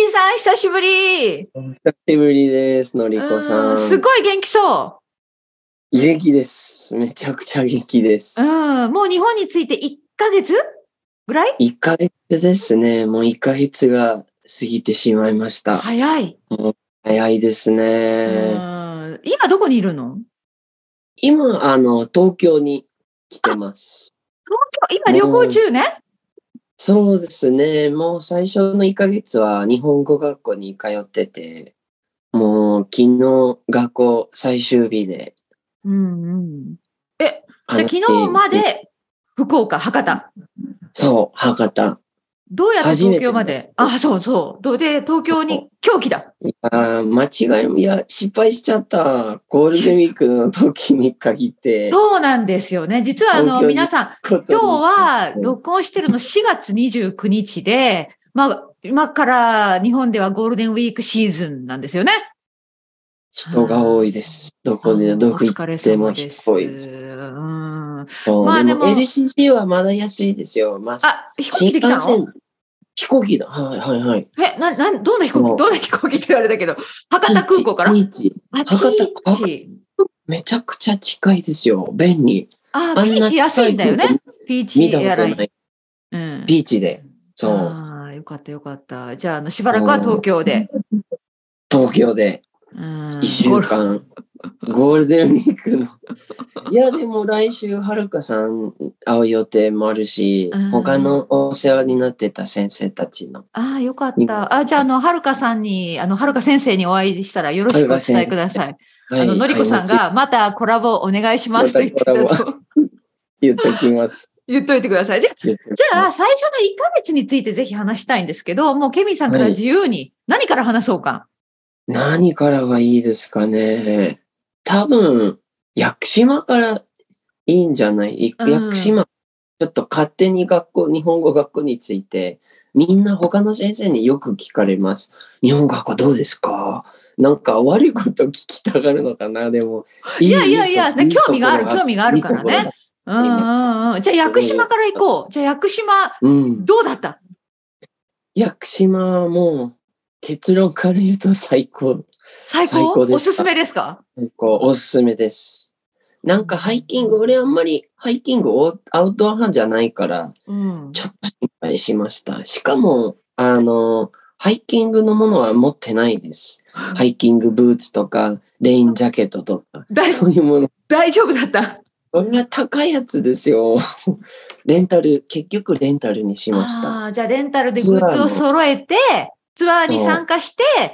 ーさん、久しぶり。 久しぶりです、のりこさん。 すごい元気そ元気です。めちゃくちゃ元気です。 もう日本に着いて1ヶ月ぐらい 1ヶ月ですね。もう1ヶ月が過ぎてしまいました。 早い。 早いですね。 今どこにいるの？ 今、東京に来てます。 東京、今旅行中ね。 そうですね。もう最初の1ヶ月は日本語学校に通ってて、もう昨日学校最終日で。 じゃあ昨日まで福岡、博多。 そう、博多。 どうやって東京まで？そう。で、東京に今日来た。 失敗しちゃった。ゴールデンウィークの時に限って。 そうなんですよね。実は皆さん、今日は録音してるの4月29日で、今から日本ではゴールデンウィークシーズンなんですよね。 人が多いです。どこ行っても人多いです。でも LCC はまだ安いですよ。 飛行機で来たの？ 飛行機だ。はい。 どんな飛行機ってあれだけど、博多空港から？ ピーチ。めちゃくちゃ近いですよ。便利。 ピーチ安いんだよね。ピーチエアライン。 ピーチで。そう。 よかった。じゃあ、しばらくは東京で。 1週間。ゴールデンウィークの。いや、でも来週、はるかさん会う予定もあるし、他のお世話になってた先生たちの。 よかった。じゃあ、はるかさんに、はるか先生にお会いしたらよろしくお伝えください。のりこさんが、またコラボお願いしますと言ってたと。 言っときます。 言っといてください。じゃあ、最初の1ヶ月についてぜひ話したいんですけど、もうケミンさんから自由に何から話そうか。 何からがいいですかね。多分、屋久島からいいんじゃない？屋久島、ちょっと勝手に日本語学校について、みんな他の先生によく聞かれます。日本語学校どうですか？なんか悪いこと聞きたがるのかな？でも。 いや、興味があるからね。じゃあ、屋久島から行こう。じゃあ、屋久島、どうだった？ 屋久島はもう、結論から言うと最高。 最高です。おすすめですか？ おすすめです。なんかハイキング、俺あんまりハイキングアウトドア派じゃないから、ちょっと心配しました。しかも、ハイキングのものは持ってないです。ハイキングブーツとか、レインジャケットとか、そういうもの。 大丈夫だった？ これは高いやつですよ。結局レンタルにしました。 じゃあレンタルでグッズを揃えて、ツアーに参加して、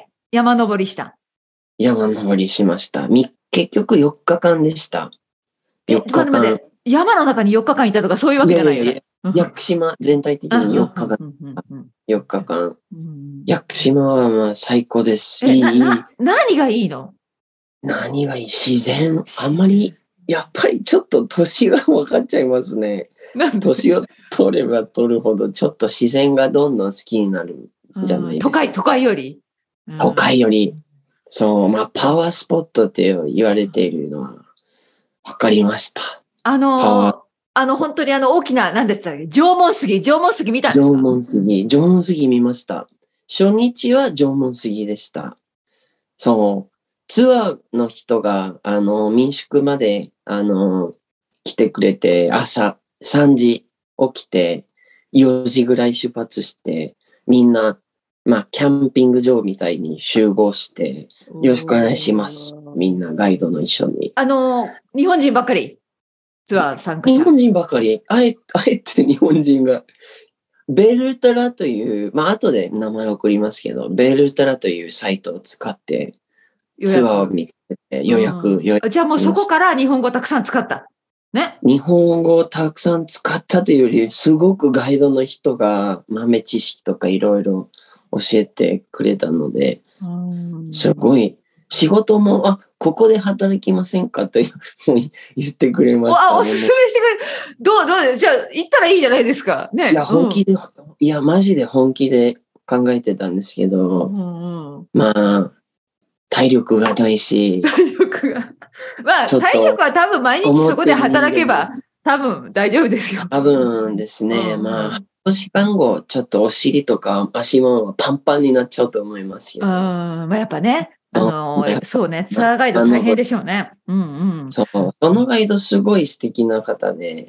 山登りした。 山登りしました。結局4日間でした。 4日間。山の中に4日間いたとかそういうわけじゃないよね。 屋久島全体的に4日間。4日間。屋久島はまあ最高です。 何がいいの？ 何がいい？自然。あんまり、やっぱりちょっと年が分かっちゃいますね。年を取れば取るほど、ちょっと自然がどんどん好きになるんじゃないですか。 都会より？ 都会より。そう、パワースポットって言われているのは分かりました。 本当に大きな、何でしたっけ？縄文杉見たんですか？ 縄文杉見ました。初日は縄文杉でした。そう。ツアーの人が、民宿まで、来てくれて、朝3時起きて、4時ぐらい出発して、みんな、キャンピング場みたいに集合して、よろしくお願いします。みんなガイドの一緒に。 日本人ばっかりツアー参加した？ 日本人ばっかり。あえて日本人が。ベルトラという、後で名前送りますけど、ベルトラというサイトを使って、ツアーを見つけて予約。 じゃあもうそこから日本語たくさん使った。ね。 日本語をたくさん使ったというより、すごくガイドの人が豆知識とかいろいろ教えてくれたので、すごい、仕事も、ここで働きませんかと言ってくれました。 おすすめしてくれる。どうじゃあ行ったらいいじゃないですか。ね。 いや、マジで本気で考えてたんですけど、体力がないし。 体力は多分毎日そこで働けば多分大丈夫ですよ。 多分ですね。 年間後、ちょっとお尻とか足もパンパンになっちゃうと思いますよ。 まあ、やっぱね、そうね、ツアーガイド大変でしょうね。 そう、そのガイドすごい素敵な方で、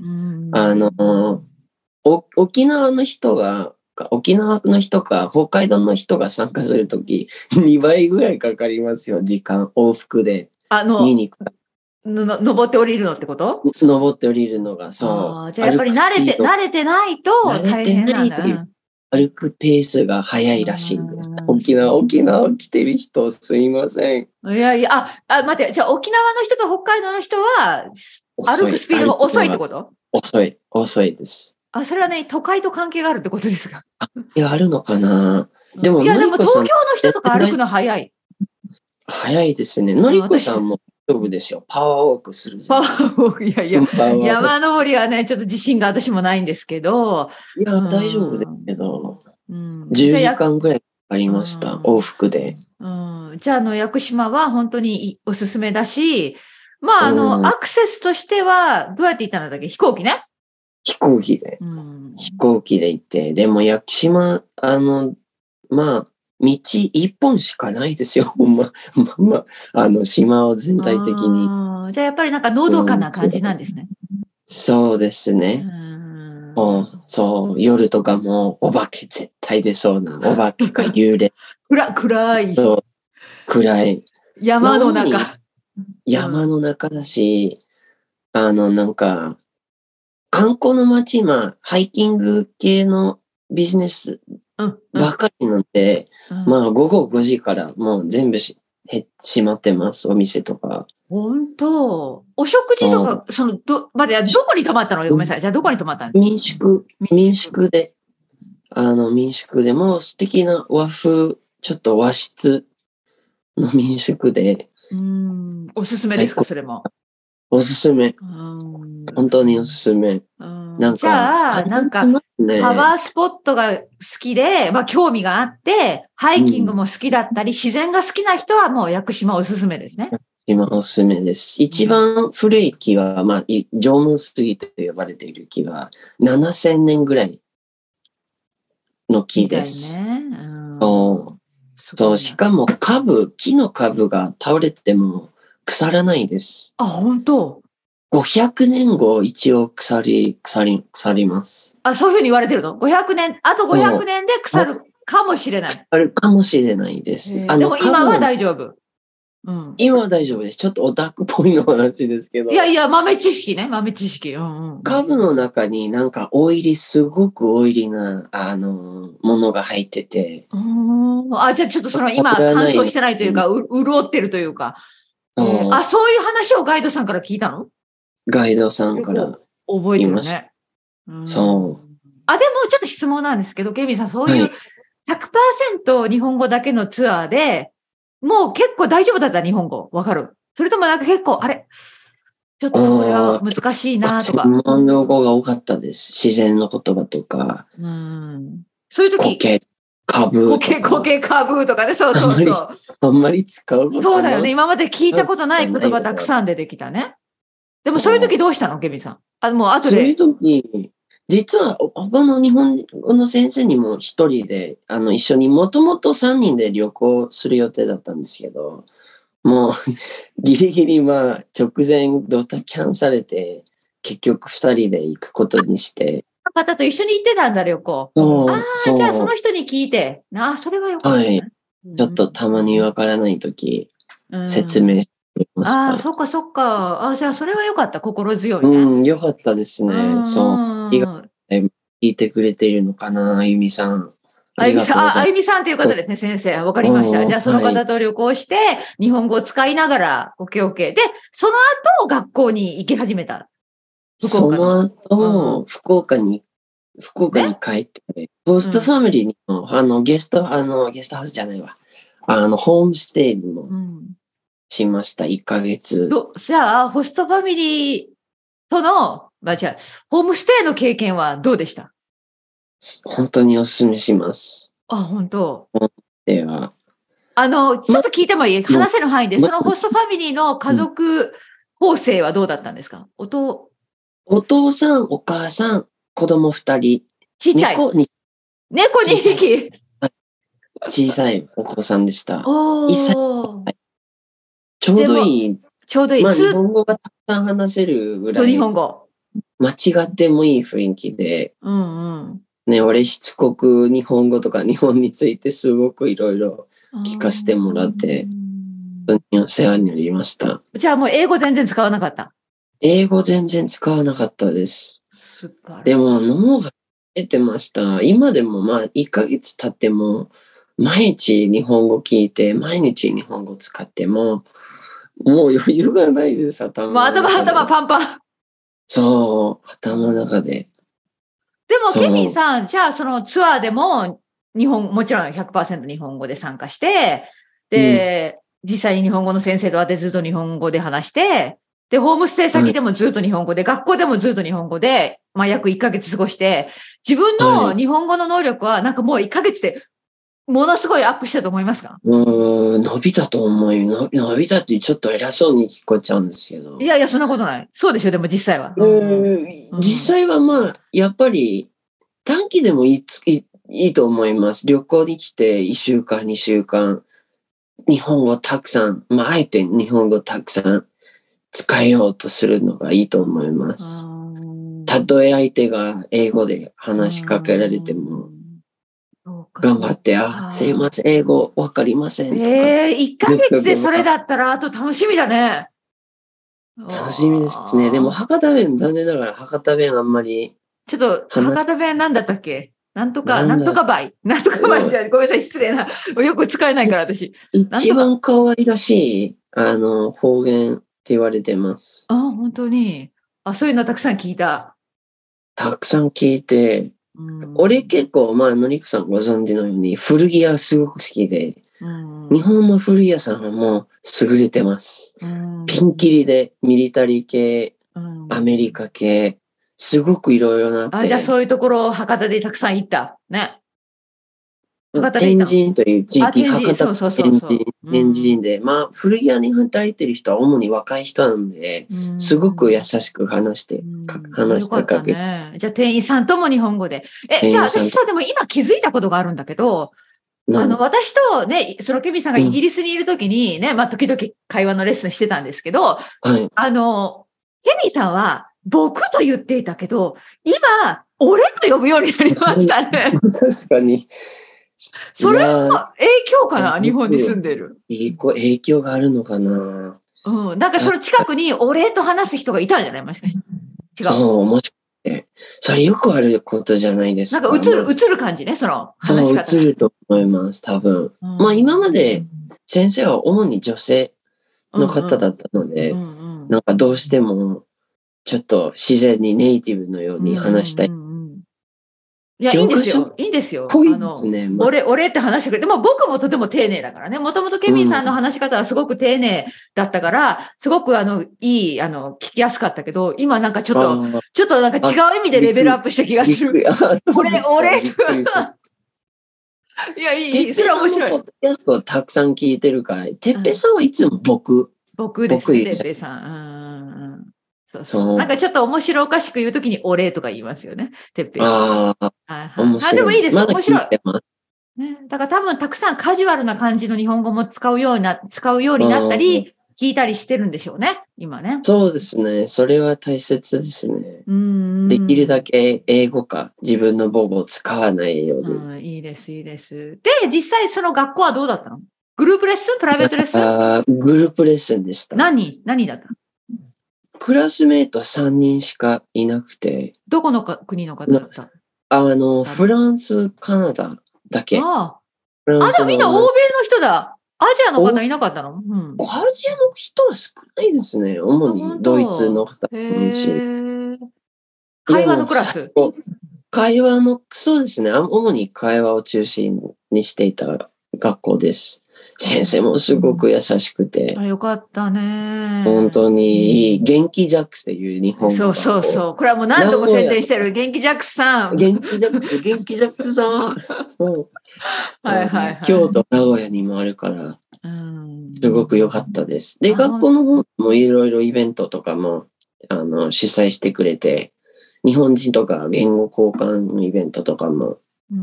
沖縄の人か北海道の人が参加するとき、2倍ぐらいかかりますよ、時間、往復で。見に行く。 登って降りるのってこと？ 登って降りるのが、そう。 じゃあやっぱり慣れてないと大変なんだ。 歩くペースが速いらしいんです。沖縄来てる人、すいません。 いやいや、待って、じゃあ沖縄の人と北海道の人は、歩くスピードが遅いってこと？ 遅いです。 それはね、都会と関係があるってことですか？ いや、あるのかな。 でも東京の人とか歩くの早い。 早いですね。のりこさんも大丈夫ですよ。パワーウォークする。 パワーウォーク、いやいや、山登りはね、ちょっと自信が私もないんですけど。 いや、大丈夫ですけど、10時間ぐらいかかりました、往復で。 じゃあ、屋久島は本当におすすめだし、まあ、アクセスとしては、どうやって行ったんだっけ？飛行機ね。 飛行機で行って、でも屋久島、まあ、道一本しかないですよ。島を全体的に。 じゃあやっぱりなんかのどかな感じなんですね。 そうですね。そう、夜とかもお化け絶対出そうな、お化けか幽霊。 暗い。 暗い。 山の中。 山の中だし、なんか、観光の街、ハイキング系のビジネスばかりなんで、午後5時からもう全部閉まってます、お店とか。 本当？お食事とか、どこに泊まったの？ごめんなさい。じゃあどこに泊まったの？ 民宿で、民宿でも素敵な和風、ちょっと和室の民宿で。 おすすめですか、それも。 おすすめ。本当におすすめ。 じゃあ、なんか、パワースポットが好きで、興味があって、ハイキングも好きだったり、自然が好きな人はもう屋久島おすすめですね。 今おすすめです。一番古い木は、縄文杉と呼ばれている木は、7000年ぐらいの木です。そう、しかも木の株が倒れても腐らないです。 本当 ？500年後、一応腐ります。 そういうふうに言われてるの？ 500 年、あと500年で腐るかもしれない。 腐るかもしれないです。 でも今は大丈夫。 今は大丈夫です。ちょっもっとオタクっぽいの話ですけど。 いや、豆知識ね、豆知識。 株の中になんかすごくオイリーな、ものが入ってて。 じゃあちょっと今乾燥してないというか、潤ってるというか。そういう話をガイドさんから聞いたの？ ガイドさんから覚えてるね。 そう。 でもちょっと質問なんですけど、ケビンさん、そういう 100% 日本語だけのツアーで、もう結構大丈夫だった、日本語。わかる？それともなんか結構、ちょっとこれは難しいなとか。 専門用語が多かったです。自然の言葉とか。 そういう時。 苔、株とかね、そう。 あんまり使うことそうだよね。今まで聞いたことない言葉たくさん出てきたね。でもそういう時どうしたの、ケビンさん？もう後で。 そういう時、実は他の日本語の先生にも一人で、一緒にもともと3人で旅行する予定だったんですけど、もうギリギリ直前ドタキャンされて、結局2人で行くことにして。 方と一緒に行ってたんだ、旅行。じゃあその人に聞いて。それはよかったね。 ちょっとたまにわからない時、説明してました。 そっか。じゃあそれはよかった。心強いね。 よかったですね。そう。聞いてくれているのかな、あゆみさん。 あゆみさんという方ですね、先生。わかりました。じゃあその方と旅行して、日本語を使いながら、OK。で、その後、学校に行き始めた。 その後、福岡に帰って、ホストファミリーの、ゲストハウスじゃないわ。ホームステイにもしました、1ヶ月。 じゃあ、ホストファミリーとの、ホームステイの経験はどうでした？ 本当にお勧めします。 本当。 では。 ちょっと聞いてもいい？話せる範囲で、そのホストファミリーの家族構成はどうだったんですか？お父さん、お母さん、子供2人。 ちっちゃい。猫2匹。 小さいお子さんでした。 お 1歳。 ー。 ちょうどいい。 ちょうどいい。 まあ、日本語がたくさん話せるぐら日い、 本語。 間違ってもいい雰囲気で、 うんうん。 ね、俺しつこく日本語とか日本についてすごくいろいろ聞かせてもらって、本当にお世話になりました。 じゃあもう英語全然使わなかった？ 英語全然使わなかったです。 素晴らしい。 でも脳が出てました。今でもまあ1ヶ月経っても毎日日本語聞いて毎日日本語使ってももう余裕がないです。頭パンパン。 そう、頭の中で。 でもケミンさん、じゃあそのツアーでももちろん 100% 日本語で参加して、で、実際に日本語の先生と会ってずっと日本語で話して、で、ホームステイ先でもずっと日本語で、学校でもずっと日本語で、まあ約1ヶ月過ごして、自分の日本語の能力はなんかもう1ヶ月でものすごいアップしたと思いますか？ 伸びたと思うよ。伸びたってちょっと偉そうに聞こえちゃうんですけど。 いやいや、そんなことない。そうでしょ、でも実際は。 実際はまあ、やっぱり短期でもいいと思います。旅行に来て1週間、2週間、日本語たくさん、まあ、あえて日本語たくさん使えようとするのがいいと思います。たとえ相手が英語で話しかけられても、頑張って、すいません、英語わかりませんとか。 1ヶ月でそれだったら、あと楽しみだね。 楽しみですね。でも、博多弁、残念ながら博多弁あんまり。 ちょっと、博多弁なんだったっけ？なんとかバイじゃごめんなさい、失礼な。よく使えないから、私。 一番可愛らしい、方言って言われてます。 本当に。そういうのたくさん聞いた。 たくさん聞いて、俺結構、まあ、のりこさんご存知のように、古着屋すごく好きで、日本の古着屋さんはもう優れてます。ピンキリで、ミリタリー系、アメリカ系、すごくいろいろなって。 じゃあそういうところ、博多でたくさん行った。ね。 天神という地域、博多天神で、まあ、古着屋に働いてる人は主に若い人なんで、すごく優しく話してかけて。 じゃあ店員さんとも日本語で。じゃあ私さ、でも今気づいたことがあるんだけど、私とね、そのケミさんがイギリスにいるときにね、まあ時々会話のレッスンしてたんですけど、ケミさんは僕と言っていたけど、今、俺と呼ぶようになりましたね。 確かに。 それは影響かな？日本に住んでる。 影響があるのかな？ なんかその近くに俺と話す人がいたんじゃない？もしかして。違う。 そう、もしかして。それよくあることじゃないですか。 なんか映る感じね、その話し方。 そう、映ると思います、多分。まあ今まで先生は主に女性の方だったので、なんかどうしてもちょっと自然にネイティブのように話したい。 いや、いいんですよ。いいんですよ。俺って話してくれて、も僕もとても丁寧だからね。もともとケミンさんの話し方はすごく丁寧だったから、すごくいい、聞きやすかったけど、今なんかちょっとなんか違う意味でレベルアップした気がする。俺。いや、いい。それは面白い。 ポッドキャストをたくさん聞いてるから、てっぺさんはいつも僕ですね、てっぺさん。そうなんかちょっと面白おかしく言うときにお礼とか言いますよね。てっぺさん。 面白い。 でもいいです。面白い。 ね、 だから多分たくさんカジュアルな感じの日本語も使うようになったり、聞いたりしてるんでしょうね。今ね。 そうですね。それは大切ですね。できるだけ英語か自分の母語を使わないように。いいです、いいです。で、実際その学校はどうだったの？グループレッスン？プライベートレッスン？ グループレッスンでした。 何だった？ クラスメイト3人しかいなくて。 どこの国の方だった？ フランス、カナダだけ。 でもみんな欧米の人だ。アジアの方いなかったの？ アジアの人は少ないですね。主にドイツの方もいし。 会話のクラス？ そうですね。主に会話を中心にしていた学校です。先生もすごく優しくて。 よかったね。 本当にいい。元気ジャックスっていう日本語。 そう。これはもう何度も宣伝してる。元気ジャックスさん。 元気ジャックスさん。そう。京都、名古屋にもあるから、すごく良かったです。で、学校の方もいろいろイベントとかも、主催してくれて、 日本人とか言語交換のイベントとかも。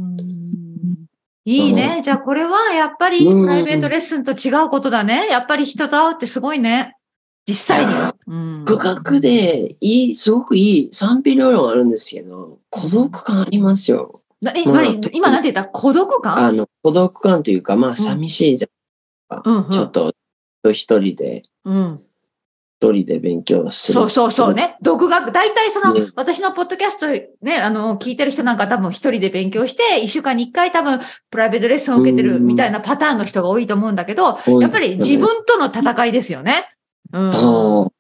いいね。じゃあこれはやっぱりプライベートレッスンと違うことだね。やっぱり人と会うってすごいね。実際に。 深学ですごくいい賛否両論あるんですけど、孤独感ありますよ。 今なんて言った孤独感？ 孤独感というか、寂しいじゃん。ちょっと一人で勉強する。 そうね。独学。大体私のポッドキャストね、聞いてる人なんか多分一人で勉強して、一週間に一回多分プライベートレッスンを受けてるみたいなパターンの人が多いと思うんだけど、やっぱり自分との戦いですよね。 そう。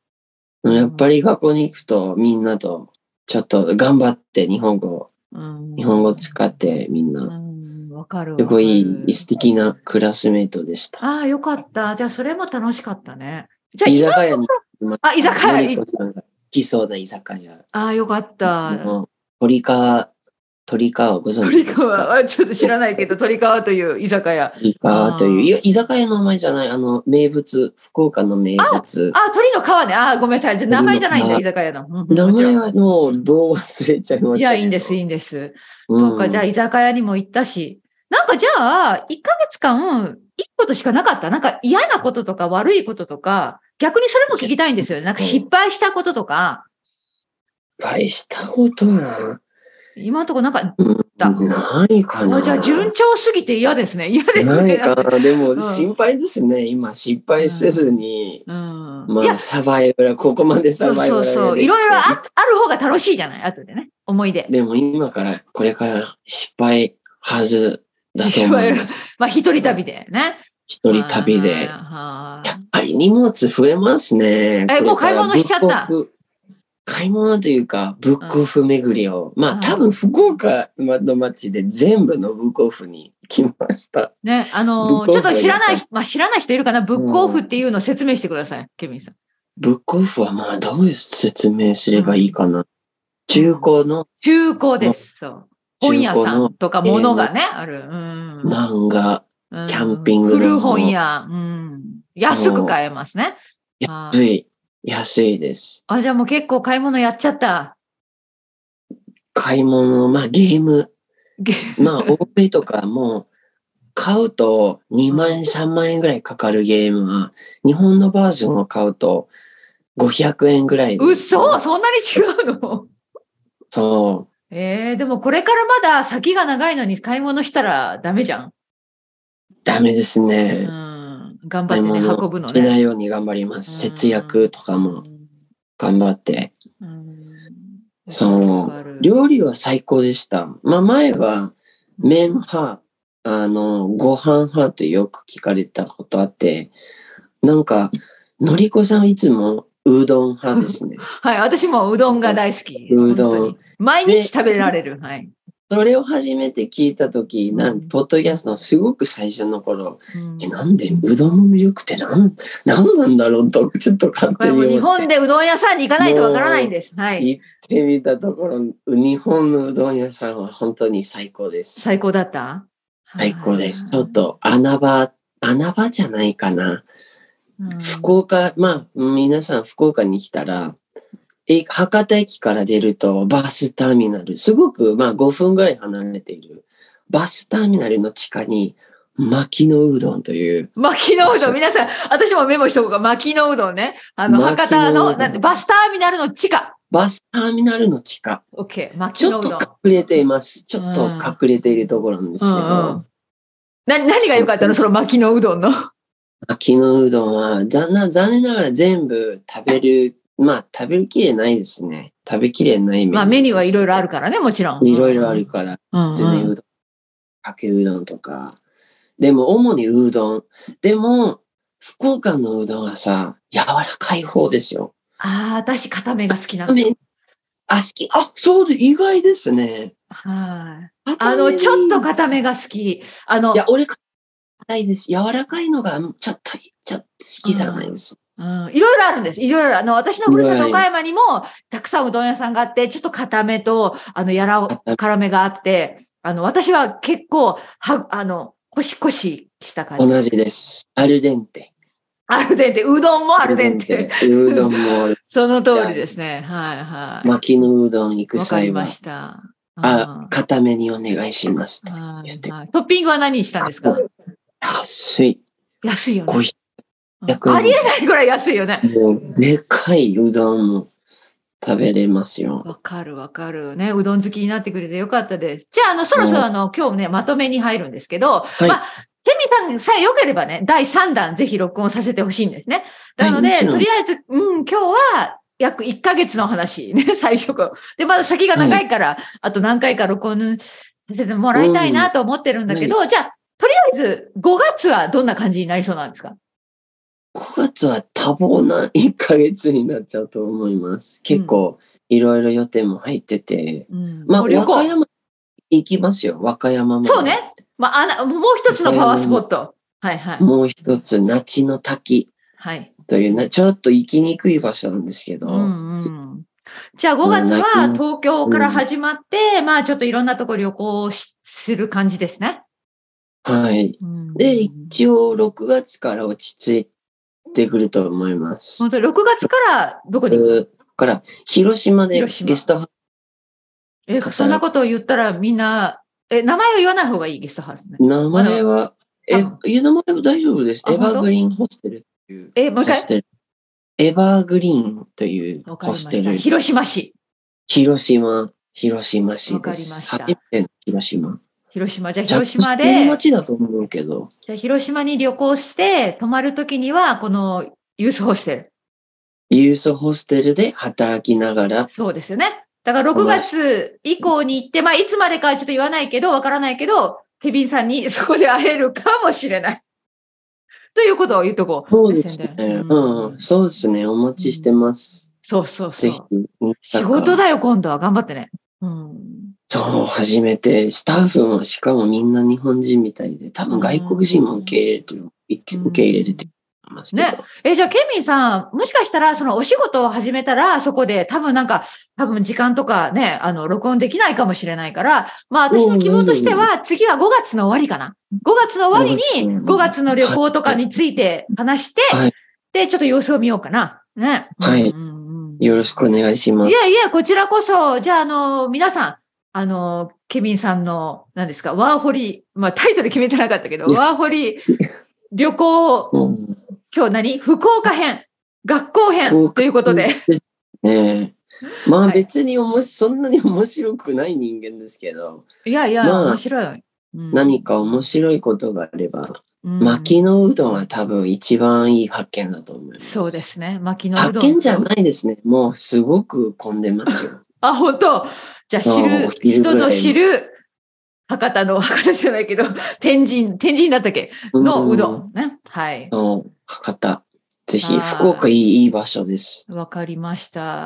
やっぱり学校に行くとみんなとちょっと頑張って日本語使ってみんな。 わかる。 すごい素敵なクラスメイトでした。 ああ、よかった。じゃあそれも楽しかったね。 じゃあ居酒屋に。 居酒屋に。 好きそうな居酒屋。 ああ、よかった。 鳥川ご存知ですか？ 鳥川、ちょっと知らないけど、鳥川という居酒屋。 鳥川という、いや、居酒屋の名前じゃない、名物、福岡の名物。 鳥の川ね。ごめんなさい。名前じゃないんだ、居酒屋の。 名前はもう、どう忘れちゃいました。 いや、いいんです、いいんです。そうか、じゃあ居酒屋にも行ったし。なんかじゃあ、1ヶ月間、いいことしかなかった。なんか嫌なこととか悪いこととか、逆にそれも聞きたいんですよね。なんか失敗したこととか。 失敗したことは今のところなんか、 ないかな。 じゃあ順調すぎて嫌ですね。嫌ですね。 ないかな。でも心配ですね。今失敗せずに。サバイバル、ここまでサバイバル。 そう。いろいろある方が楽しいじゃない。後でね。思い出。 でもこれから失敗はずだと思います。 一人旅でね。 一人旅で。やっぱり荷物増えますね。 もう買い物しちゃった。 買い物というか、ブックオフ巡りを。多分福岡の街で全部のブックオフに来ました。 ね、ちょっと知らない人いるかな？ブックオフっていうのを説明してください、ケビンさん。 ブックオフはどういう説明すればいいかな。中古です。そう。本屋さんとか物がね、ある。 漫画、キャンピングの古本屋。安く買えますね。 安いです。 じゃあもう結構買い物やっちゃった。 買い物、ゲーム。欧米とかも買うと2万円、3万円ぐらいかかるゲームは、日本のバージョンを買うと500円ぐらい。 嘘？そんなに違うの？ そう。 でもこれからまだ先が長いのに買い物したらダメじゃん。 ダメですね。 頑張ってね、運ぶのね。 しないように頑張ります。節約とかも頑張って。そう。料理は最高でした。前は麺派、ご飯派ってよく聞かれたことあって、なんか、のりこさんいつもうどん派ですね。 はい、私もうどんが大好き。 うどん。 毎日食べられる。はい。 それを初めて聞いたとき、ポッドキャストのすごく最初の頃、なんでうどんの魅力ってなんなんだろうと、ちょっと勝手に思って。 日本でうどん屋さんに行かないとわからないんです。はい。 行ってみたところ、日本のうどん屋さんは本当に最高です。 最高だった？ 最高です。ちょっと穴場じゃないかな。福岡、皆さん福岡に来たら、博多駅から出るとバスターミナル、すごく5分ぐらい離れているバスターミナルの地下に牧野うどんという。 牧野うどん、皆さん、私もメモしとこうか。牧野うどんね。博多のバスターミナルの地下。 バスターミナルの地下。 OK、牧野うどん。 ちょっと隠れています。ちょっと隠れているところなんですけど。 何が良かったの？その牧野うどんの。 牧野うどんは残念ながら全部食べるきれないですね。食べきれないメニューはいろいろあるからね、もちろん。 いろいろあるから。うどん、かけうどんとか。でも、主にうどん。でも、福岡のうどんはさ、柔らかい方ですよ。 私、固めが好きなの。 好き。そうで、意外ですね。 はい。ちょっと固めが好き。いや、俺、硬いです。柔らかいのが、ちょっと好きじゃないです。 いろいろあるんです。いろいろ。私のふるさと岡山にも、たくさんうどん屋さんがあって、ちょっと固めと、辛めがあって、私は結構、コシコシした感じ。 同じです。アルデンテ。 アルデンテ、うどんもアルデンテ。 うどんもある。 その通りですね。はいはい。 巻きのうどん行くわかり際はまし、た。 固めにお願いしますってはい言って。 はいトッピングは何にしたんですか？ 安い。 安いよね。 500 あり円。 えないぐらい安いよね。 もう、でかいうどんも食べれますよ。 わかるわかる。ね、うどん好きになってくれてよかったです。じゃあ、そろそろ今日ね、まとめに入るんですけど、 いまあ、ケミさんさえ良ければね、第3弾ぜひ録音させてほしいんですね。なので、 もちろんとりあえず、今日は約1ヶ月の話ね、最初から。で、まだ先が長いから、あと何回か録音させてもらいたいなと思ってるんだけど、じゃあ、とりあえず5月はどんな感じになりそうなんですか 5月は多忙な1ヶ月になっちゃうと思います。結構いろいろ予定も入ってて。まあ、和歌山行きますよ。和歌山まで。 そうね。まあ、もう一つのパワースポット。はいはい。 もう一つ、那智の滝。 はい。 というね、ちょっと行きにくい場所なんですけど。 じゃあ5月は東京から始まって、まあちょっといろんなところ旅行する感じですね。 はい。で、一応6月から落ち着いてくると思います。 本当に6月からどこに行く？ から広島でゲストハウス。 そんなことを言ったらみんな、名前を言わない方がいいゲストハウスね。 名前は、名前は大丈夫です。エバーグリーンホステルっていう。 もう一回。 エバーグリーンというホステル。 広島市。 広島市です。 わかりました。 初めての広島。 じゃあ広島で。 町だと思うけど。 じゃあ広島に旅行して泊まるときには、このユースホステル。 ユースホステルで働きながら。 そうですよね。だから6月以降に行って、まあいつまでかはちょっと言わないけど、わからないけど、ケビンさんにそこで会えるかもしれない。ということを言うとこう。 そうですね。そうですね。お待ちしてます。 そう。 ぜひ。 仕事だよ、今度は。頑張ってね。 そう、初めて。スタッフもしかもみんな日本人みたいで、多分外国人も受け入れてますね。じゃあ、ケミンさん、もしかしたら、そのお仕事を始めたら、そこで多分時間とかね、録音できないかもしれないから、まあ私の希望としては、次は5月の終わりかな。5月の終わりに、5月の旅行とかについて話して、で、ちょっと様子を見ようかな。ね。 はい。よろしくお願いします。 いや、こちらこそ、じゃあ、皆さん、ケビンさんの、何ですか、ワーホリ、まあタイトル決めてなかったけど、ワーホリ旅行、今日福岡編、学校編ということで。 まあ別にそんなに面白くない人間ですけど。 いや、面白い。 何か面白いことがあれば。巻きのうどんは多分一番いい発見だと思います。 そうですね。巻きのうどん。 発見じゃないですね。もうすごく混んでますよ。 本当。じゃあ人ぞ知る、博多じゃないけど、天神だったっけのうどんね。はい。 博多。ぜひ、福岡いい場所です。 わかりました。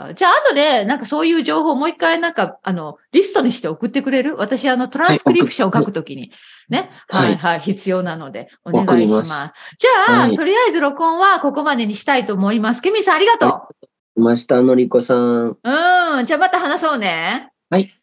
じゃあ、後で、そういう情報をもう一回、リストにして送ってくれる？私、トランスクリプションを書くときに、ね。はい、必要なので、お願いします。じゃあ、とりあえず録音はここまでにしたいと思います。ケミさん、ありがとう。 マスターのりこさん。 じゃあ、また話そうね。 はい。